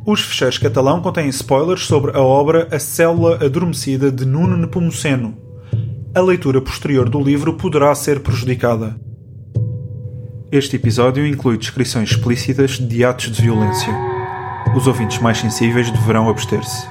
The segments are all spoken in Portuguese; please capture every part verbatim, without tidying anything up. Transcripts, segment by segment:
Os Fecheiros Catalão contêm spoilers sobre a obra A Célula Adormecida de Nuno Nepomuceno. A leitura posterior do livro poderá ser prejudicada. Este episódio inclui descrições explícitas de atos de violência. Os ouvintes mais sensíveis deverão abster-se.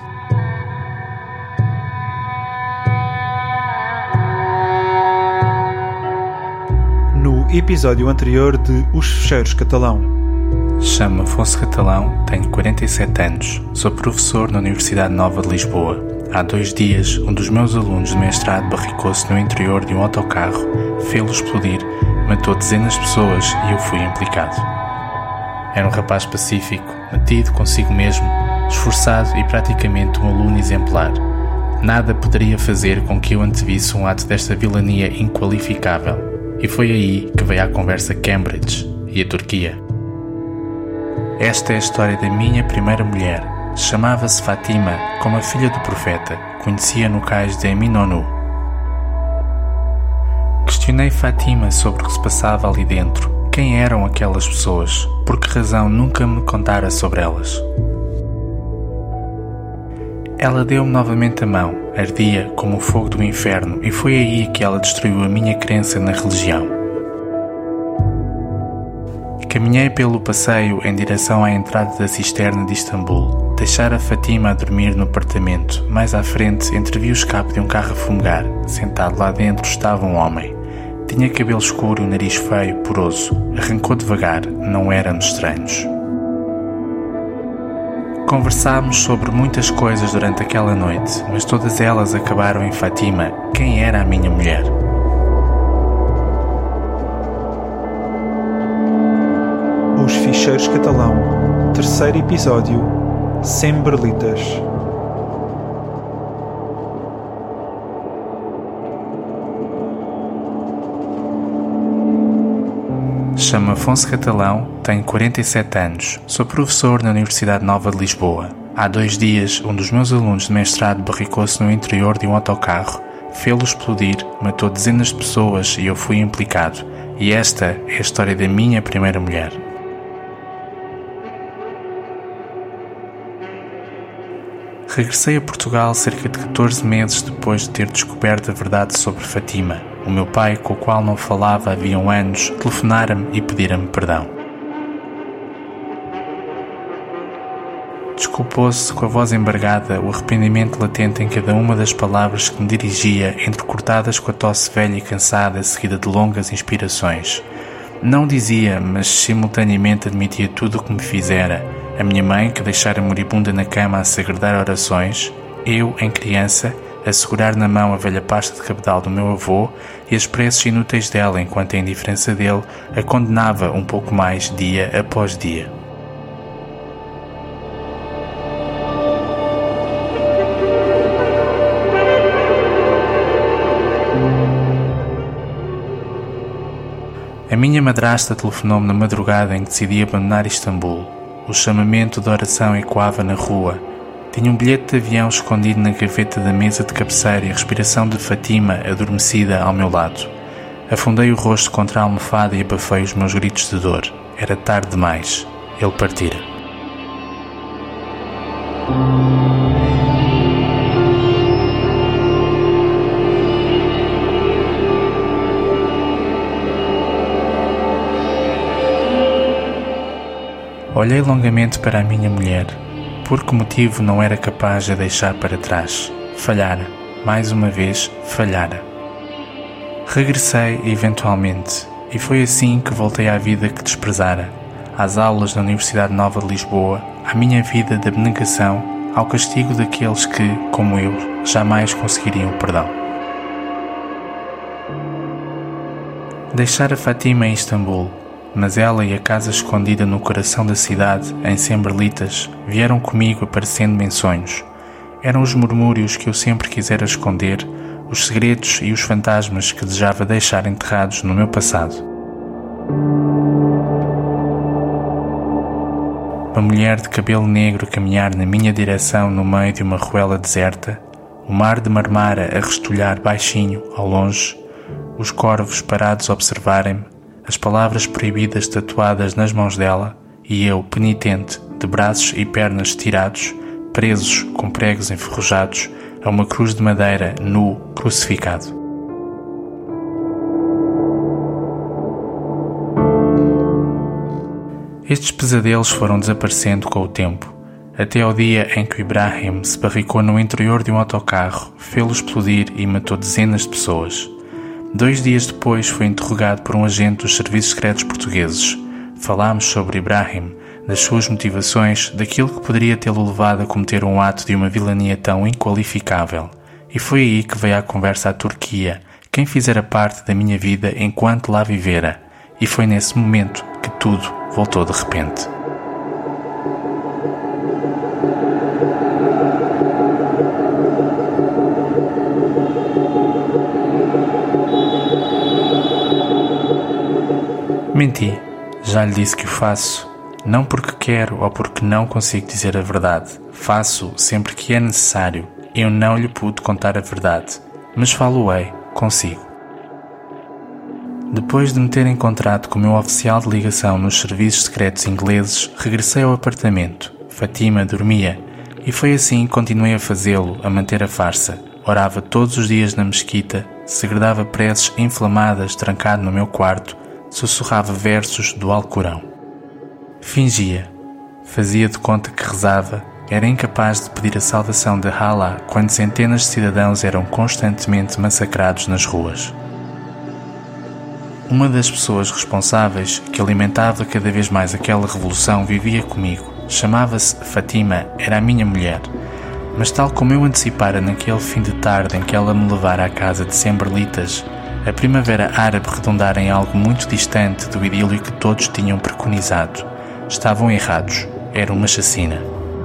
No episódio anterior de Os Fecheiros Catalão. Chamo-me Afonso Catalão, tenho quarenta e sete anos, sou professor na Universidade Nova de Lisboa. Há dois dias, um dos meus alunos de mestrado barricou-se no interior de um autocarro, fê-lo explodir, matou dezenas de pessoas e eu fui implicado. Era um rapaz pacífico, metido consigo mesmo, esforçado e praticamente um aluno exemplar. Nada poderia fazer com que eu antevisse um ato desta vilania inqualificável. E foi aí que veio a conversa Cambridge e a Turquia. Esta é a história da minha primeira mulher. Chamava-se Fátima, como a filha do profeta. Conhecia no cais de Aminonu. Questionei Fátima sobre o que se passava ali dentro. Quem eram aquelas pessoas? Por que razão nunca me contara sobre elas? Ela deu-me novamente a mão. Ardia como o fogo do inferno e foi aí que ela destruiu a minha crença na religião. Caminhei pelo passeio em direção à entrada da cisterna de Istambul. Deixara Fátima a dormir no apartamento. Mais à frente, entrevi o escape de um carro a fumegar. Sentado lá dentro estava um homem. Tinha cabelo escuro e o nariz feio, poroso. Arrancou devagar, não éramos estranhos. Conversámos sobre muitas coisas durante aquela noite, mas todas elas acabaram em Fátima. Quem era a minha mulher? Os Ficheiros Catalão, terceiro episódio, Semberlitas. Chamo-me Afonso Catalão, tenho quarenta e sete anos, sou professor na Universidade Nova de Lisboa. Há dois dias, um dos meus alunos de mestrado barricou-se no interior de um autocarro, fê-lo explodir, matou dezenas de pessoas e eu fui implicado. E esta é a história da minha primeira mulher. Regressei a Portugal cerca de catorze meses depois de ter descoberto a verdade sobre Fátima. O meu pai, com o qual não falava havia um anos, telefonara-me e pedira-me perdão. Desculpou-se com a voz embargada, o arrependimento latente em cada uma das palavras que me dirigia, entrecortadas com a tosse velha e cansada, seguida de longas inspirações. Não dizia, mas simultaneamente admitia tudo o que me fizera. A minha mãe, que deixara moribunda na cama a sagredar orações, eu, em criança, a segurar na mão a velha pasta de cabedal do meu avô e as preces inúteis dela, enquanto a indiferença dele a condenava um pouco mais dia após dia. A minha madrasta telefonou-me na madrugada em que decidi abandonar Istambul. O chamamento de oração ecoava na rua. Tinha um bilhete de avião escondido na gaveta da mesa de cabeceira e a respiração de Fátima adormecida ao meu lado. Afundei o rosto contra a almofada e abafei os meus gritos de dor. Era tarde demais. Ele partira. Olhei longamente para a minha mulher. Por que motivo não era capaz de a deixar para trás? Falhara. Mais uma vez, falhara. Regressei, eventualmente, e foi assim que voltei à vida que desprezara. Às aulas na Universidade Nova de Lisboa, à minha vida de abnegação, ao castigo daqueles que, como eu, jamais conseguiriam o perdão. Deixara Fátima em Istambul. Mas ela e a casa escondida no coração da cidade, em Semberlitas, vieram comigo aparecendo-me em sonhos. Eram os murmúrios que eu sempre quisera esconder, os segredos e os fantasmas que desejava deixar enterrados no meu passado. Uma mulher de cabelo negro a caminhar na minha direção no meio de uma ruela deserta, o mar de Marmara a restolhar baixinho ao longe, os corvos parados a observarem-me, as palavras proibidas tatuadas nas mãos dela e eu, penitente, de braços e pernas tirados, presos com pregos enferrujados a uma cruz de madeira, nu, crucificado. Estes pesadelos foram desaparecendo com o tempo, até ao dia em que Ibrahim se barricou no interior de um autocarro, fê-lo explodir e matou dezenas de pessoas. Dois dias depois foi interrogado por um agente dos serviços secretos portugueses. Falámos sobre Ibrahim, das suas motivações, daquilo que poderia tê-lo levado a cometer um ato de uma vilania tão inqualificável. E foi aí que veio à conversa a Turquia, quem fizera parte da minha vida enquanto lá vivera. E foi nesse momento que tudo voltou de repente. Menti, já lhe disse que o faço, não porque quero ou porque não consigo dizer a verdade. Faço sempre que é necessário. Eu não lhe pude contar a verdade, mas falo-ei consigo. Depois de me ter encontrado com o meu oficial de ligação nos serviços secretos ingleses, regressei ao apartamento. Fatima dormia, e foi assim que continuei a fazê-lo, a manter a farsa. Orava todos os dias na mesquita, segredava preces inflamadas trancado no meu quarto, sussurrava versos do Alcorão. Fingia, fazia de conta que rezava, era incapaz de pedir a salvação de Allah quando centenas de cidadãos eram constantemente massacrados nas ruas. Uma das pessoas responsáveis, que alimentava cada vez mais aquela revolução, vivia comigo. Chamava-se Fatima, era a minha mulher. Mas tal como eu antecipara naquele fim de tarde em que ela me levara à casa de Semberlitas, a primavera árabe redundara em algo muito distante do idílio que todos tinham preconizado. Estavam errados. Era uma chacina.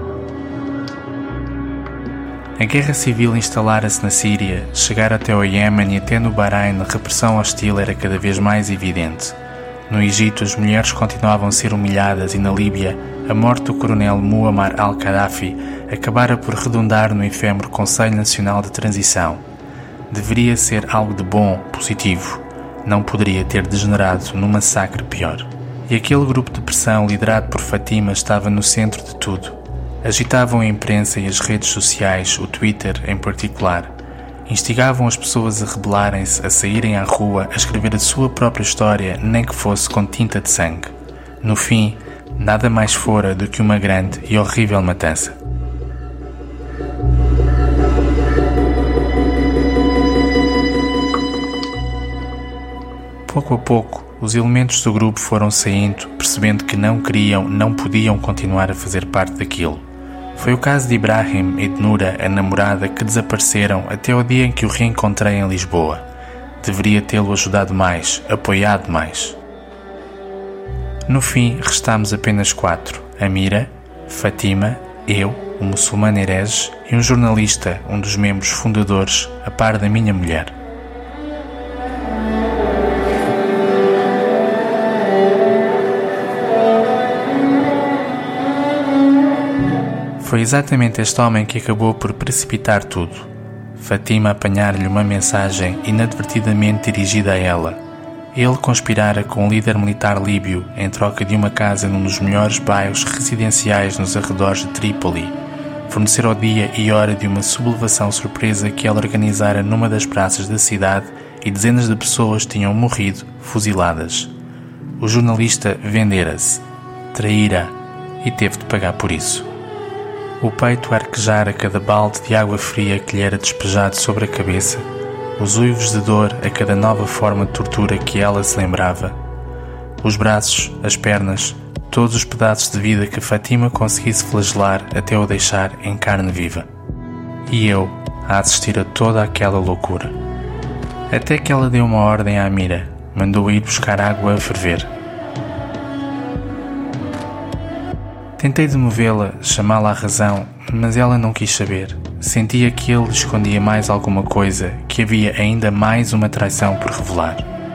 A guerra civil instalara-se na Síria, chegara até ao Iêmen e até no Bahrein a repressão hostil era cada vez mais evidente. No Egito as mulheres continuavam a ser humilhadas e na Líbia a morte do coronel Muammar al-Qaddafi acabara por redundar no efêmero Conselho Nacional de Transição. Deveria ser algo de bom, positivo. Não poderia ter degenerado num massacre pior. E aquele grupo de pressão liderado por Fatima estava no centro de tudo. Agitavam a imprensa e as redes sociais, o Twitter em particular. Instigavam as pessoas a rebelarem-se, a saírem à rua, a escrever a sua própria história, nem que fosse com tinta de sangue. No fim, nada mais fora do que uma grande e horrível matança. Pouco a pouco, os elementos do grupo foram saindo, percebendo que não queriam, não podiam continuar a fazer parte daquilo. Foi o caso de Ibrahim e de Nura, a namorada, que desapareceram até o dia em que o reencontrei em Lisboa. Deveria tê-lo ajudado mais, apoiado mais. No fim, restámos apenas quatro: Amira, Fatima, eu, o muçulmano herege e um jornalista, um dos membros fundadores, a par da minha mulher. Foi exatamente este homem que acabou por precipitar tudo. Fatima apanhar-lhe uma mensagem inadvertidamente dirigida a ela. Ele conspirara com o líder militar líbio em troca de uma casa num dos melhores bairros residenciais nos arredores de Trípoli. Fornecer o dia e hora de uma sublevação surpresa que ela organizara numa das praças da cidade e dezenas de pessoas tinham morrido fuziladas. O jornalista vendera-se, traíra e teve de pagar por isso. O peito arquejara cada balde de água fria que lhe era despejado sobre a cabeça, os uivos de dor a cada nova forma de tortura que ela se lembrava, os braços, as pernas, todos os pedaços de vida que Fatima conseguisse flagelar até o deixar em carne viva. E eu a assistir a toda aquela loucura. Até que ela deu uma ordem à Amira, mandou ir buscar água a ferver. Tentei demovê-la, chamá-la à razão, mas ela não quis saber. Sentia que ele escondia mais alguma coisa, que havia ainda mais uma traição por revelar.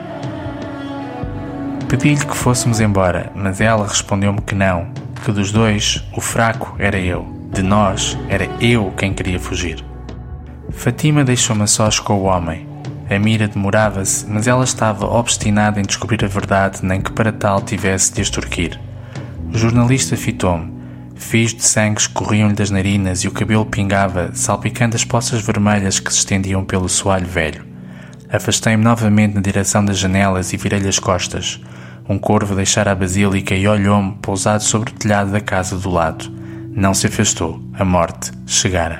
Pedi-lhe que fôssemos embora, mas ela respondeu-me que não, que dos dois, o fraco era eu, de nós, era eu quem queria fugir. Fatima deixou-me a sós com o homem. Amira demorava-se, mas ela estava obstinada em descobrir a verdade, nem que para tal tivesse de extorquir. O jornalista fitou-me. Fios de sangue escorriam-lhe das narinas e o cabelo pingava, salpicando as poças vermelhas que se estendiam pelo soalho velho. Afastei-me novamente na direção das janelas e virei-lhe as costas. Um corvo deixara a basílica e olhou-me pousado sobre o telhado da casa do lado. Não se afastou. A morte chegara.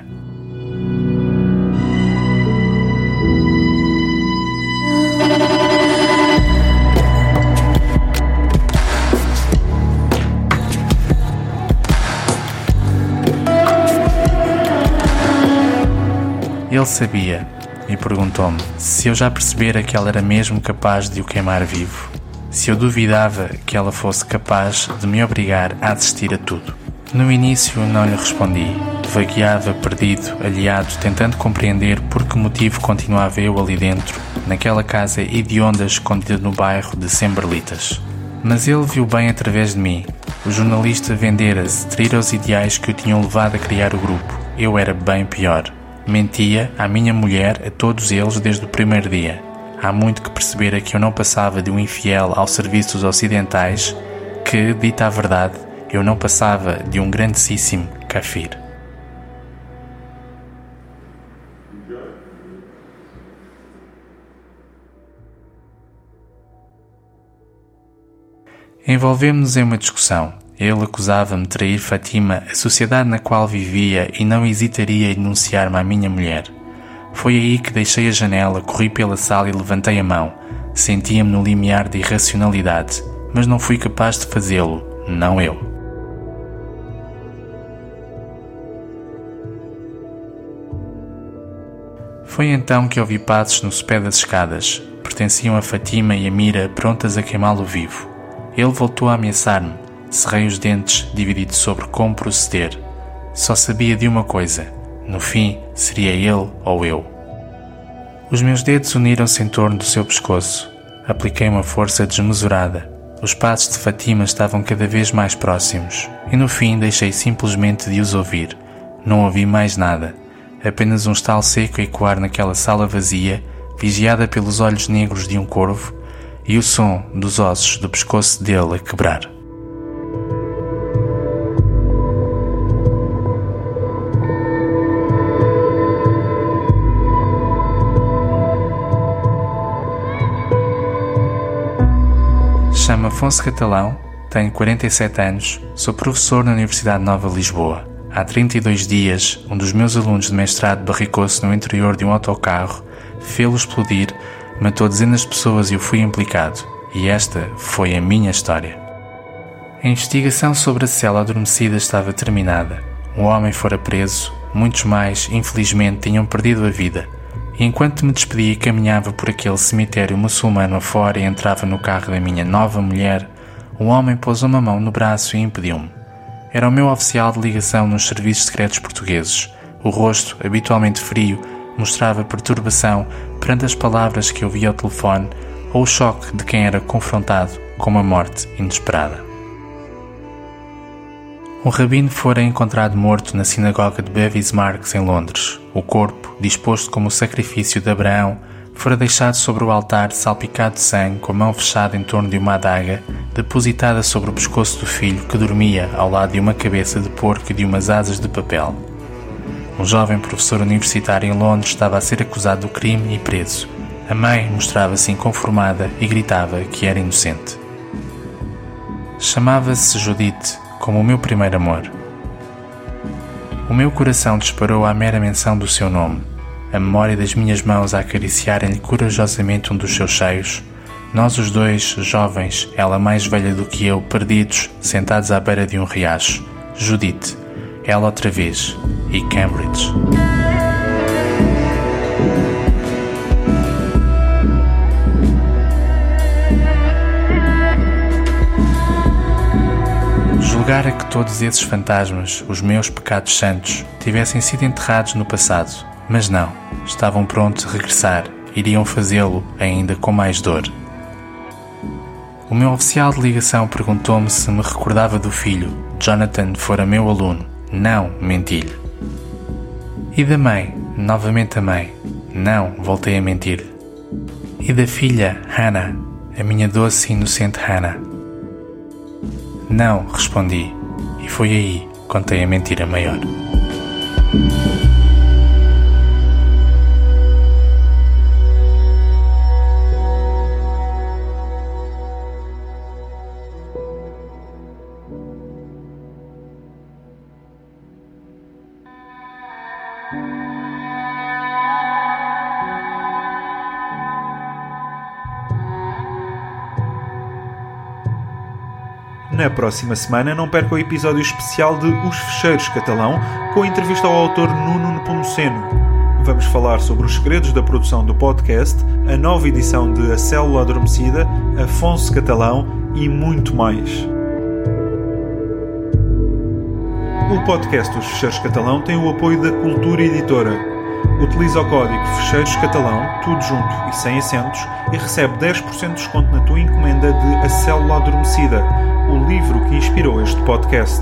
Ele sabia e perguntou-me se eu já percebera que ela era mesmo capaz de o queimar vivo, se eu duvidava que ela fosse capaz de me obrigar a assistir a tudo. No início não lhe respondi. Vagueava, perdido, aliado, tentando compreender por que motivo continuava eu ali dentro, naquela casa hedionda escondida no bairro de Semberlitas. Mas ele viu bem através de mim. O jornalista vendera-se, traíra os ideais que o tinham levado a criar o grupo. Eu era bem pior. Mentia à minha mulher, a todos eles desde o primeiro dia. Há muito que percebera que eu não passava de um infiel ao serviço dos ocidentais, que, dita a verdade, eu não passava de um grandíssimo kafir. Envolvemos-nos em uma discussão. Ele acusava-me de trair Fátima, a sociedade na qual vivia, e não hesitaria em denunciar-me à minha mulher. Foi aí que deixei a janela, corri pela sala e levantei a mão. Sentia-me no limiar de irracionalidade, mas não fui capaz de fazê-lo, não eu. Foi então que ouvi passos no sopé das escadas. Pertenciam a Fátima e a Mira, prontas a queimá-lo vivo. Ele voltou a ameaçar-me. Cerrei os dentes, dividido sobre como proceder. Só sabia de uma coisa. No fim, seria ele ou eu. Os meus dedos uniram-se em torno do seu pescoço. Apliquei uma força desmesurada. Os passos de Fátima estavam cada vez mais próximos. E no fim deixei simplesmente de os ouvir. Não ouvi mais nada. Apenas um estalo seco a ecoar naquela sala vazia, vigiada pelos olhos negros de um corvo, e o som dos ossos do pescoço dele a quebrar. Chamo-me Afonso Catalão, tenho quarenta e sete anos, sou professor na Universidade Nova de Lisboa. Há trinta e dois dias, um dos meus alunos de mestrado barricou-se no interior de um autocarro, fê-lo explodir, matou dezenas de pessoas e eu fui implicado. E esta foi a minha história. A investigação sobre a cela adormecida estava terminada. Um homem fora preso, muitos mais, infelizmente, tinham perdido a vida. E enquanto me despedia e caminhava por aquele cemitério muçulmano afora e entrava no carro da minha nova mulher, um homem pôs uma mão no braço e impediu-me. Era o meu oficial de ligação nos serviços secretos portugueses. O rosto, habitualmente frio, mostrava perturbação perante as palavras que ouvia ao telefone ou o choque de quem era confrontado com uma morte inesperada. Um rabino fora encontrado morto na sinagoga de Bevis Marks, em Londres. O corpo, disposto como o sacrifício de Abraão, fora deixado sobre o altar salpicado de sangue, com a mão fechada em torno de uma adaga, depositada sobre o pescoço do filho que dormia ao lado de uma cabeça de porco e de umas asas de papel. Um jovem professor universitário em Londres estava a ser acusado do crime e preso. A mãe mostrava-se inconformada e gritava que era inocente. Chamava-se Judith, como o meu primeiro amor. O meu coração disparou à mera menção do seu nome. A memória das minhas mãos a acariciarem-lhe corajosamente um dos seus seios. Nós os dois, jovens, ela mais velha do que eu, perdidos, sentados à beira de um riacho. Judith, ela outra vez, e Cambridge. Julgara que todos esses fantasmas, os meus pecados santos, tivessem sido enterrados no passado, mas não, estavam prontos a regressar, iriam fazê-lo ainda com mais dor. O meu oficial de ligação perguntou-me se me recordava do filho. Jonathan fora meu aluno. Não, menti-lhe. E da mãe? Novamente a mãe. Não, voltei a mentir-lhe. E da filha, Hannah, a minha doce e inocente Hannah? Não, respondi, e foi aí contém a mentira maior. Na próxima semana não perca o episódio especial de Os Fecheiros Catalão, com a entrevista ao autor Nuno Nepomuceno. Vamos falar sobre os segredos da produção do podcast, a nova edição de A Célula Adormecida, Afonso Catalão e muito mais. O podcast Os Fecheiros Catalão tem o apoio da Cultura Editora. Utiliza o código Fecheiros Catalão, tudo junto e sem acentos, e recebe dez por cento de desconto na tua encomenda de A Célula Adormecida, o livro que inspirou este podcast.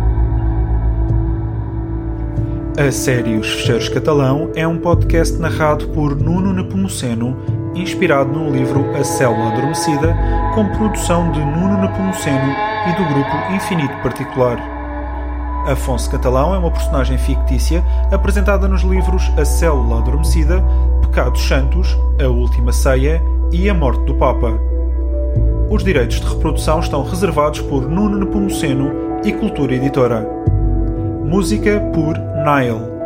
A série Os Fecheiros Catalão é um podcast narrado por Nuno Nepomuceno, inspirado no livro A Célula Adormecida, com produção de Nuno Nepomuceno e do grupo Infinito Particular. Afonso Catalão é uma personagem fictícia apresentada nos livros A Célula Adormecida, Pecados Santos, A Última Ceia e A Morte do Papa. Os direitos de reprodução estão reservados por Nuno Nepomuceno e Cultura Editora. Música por Nile.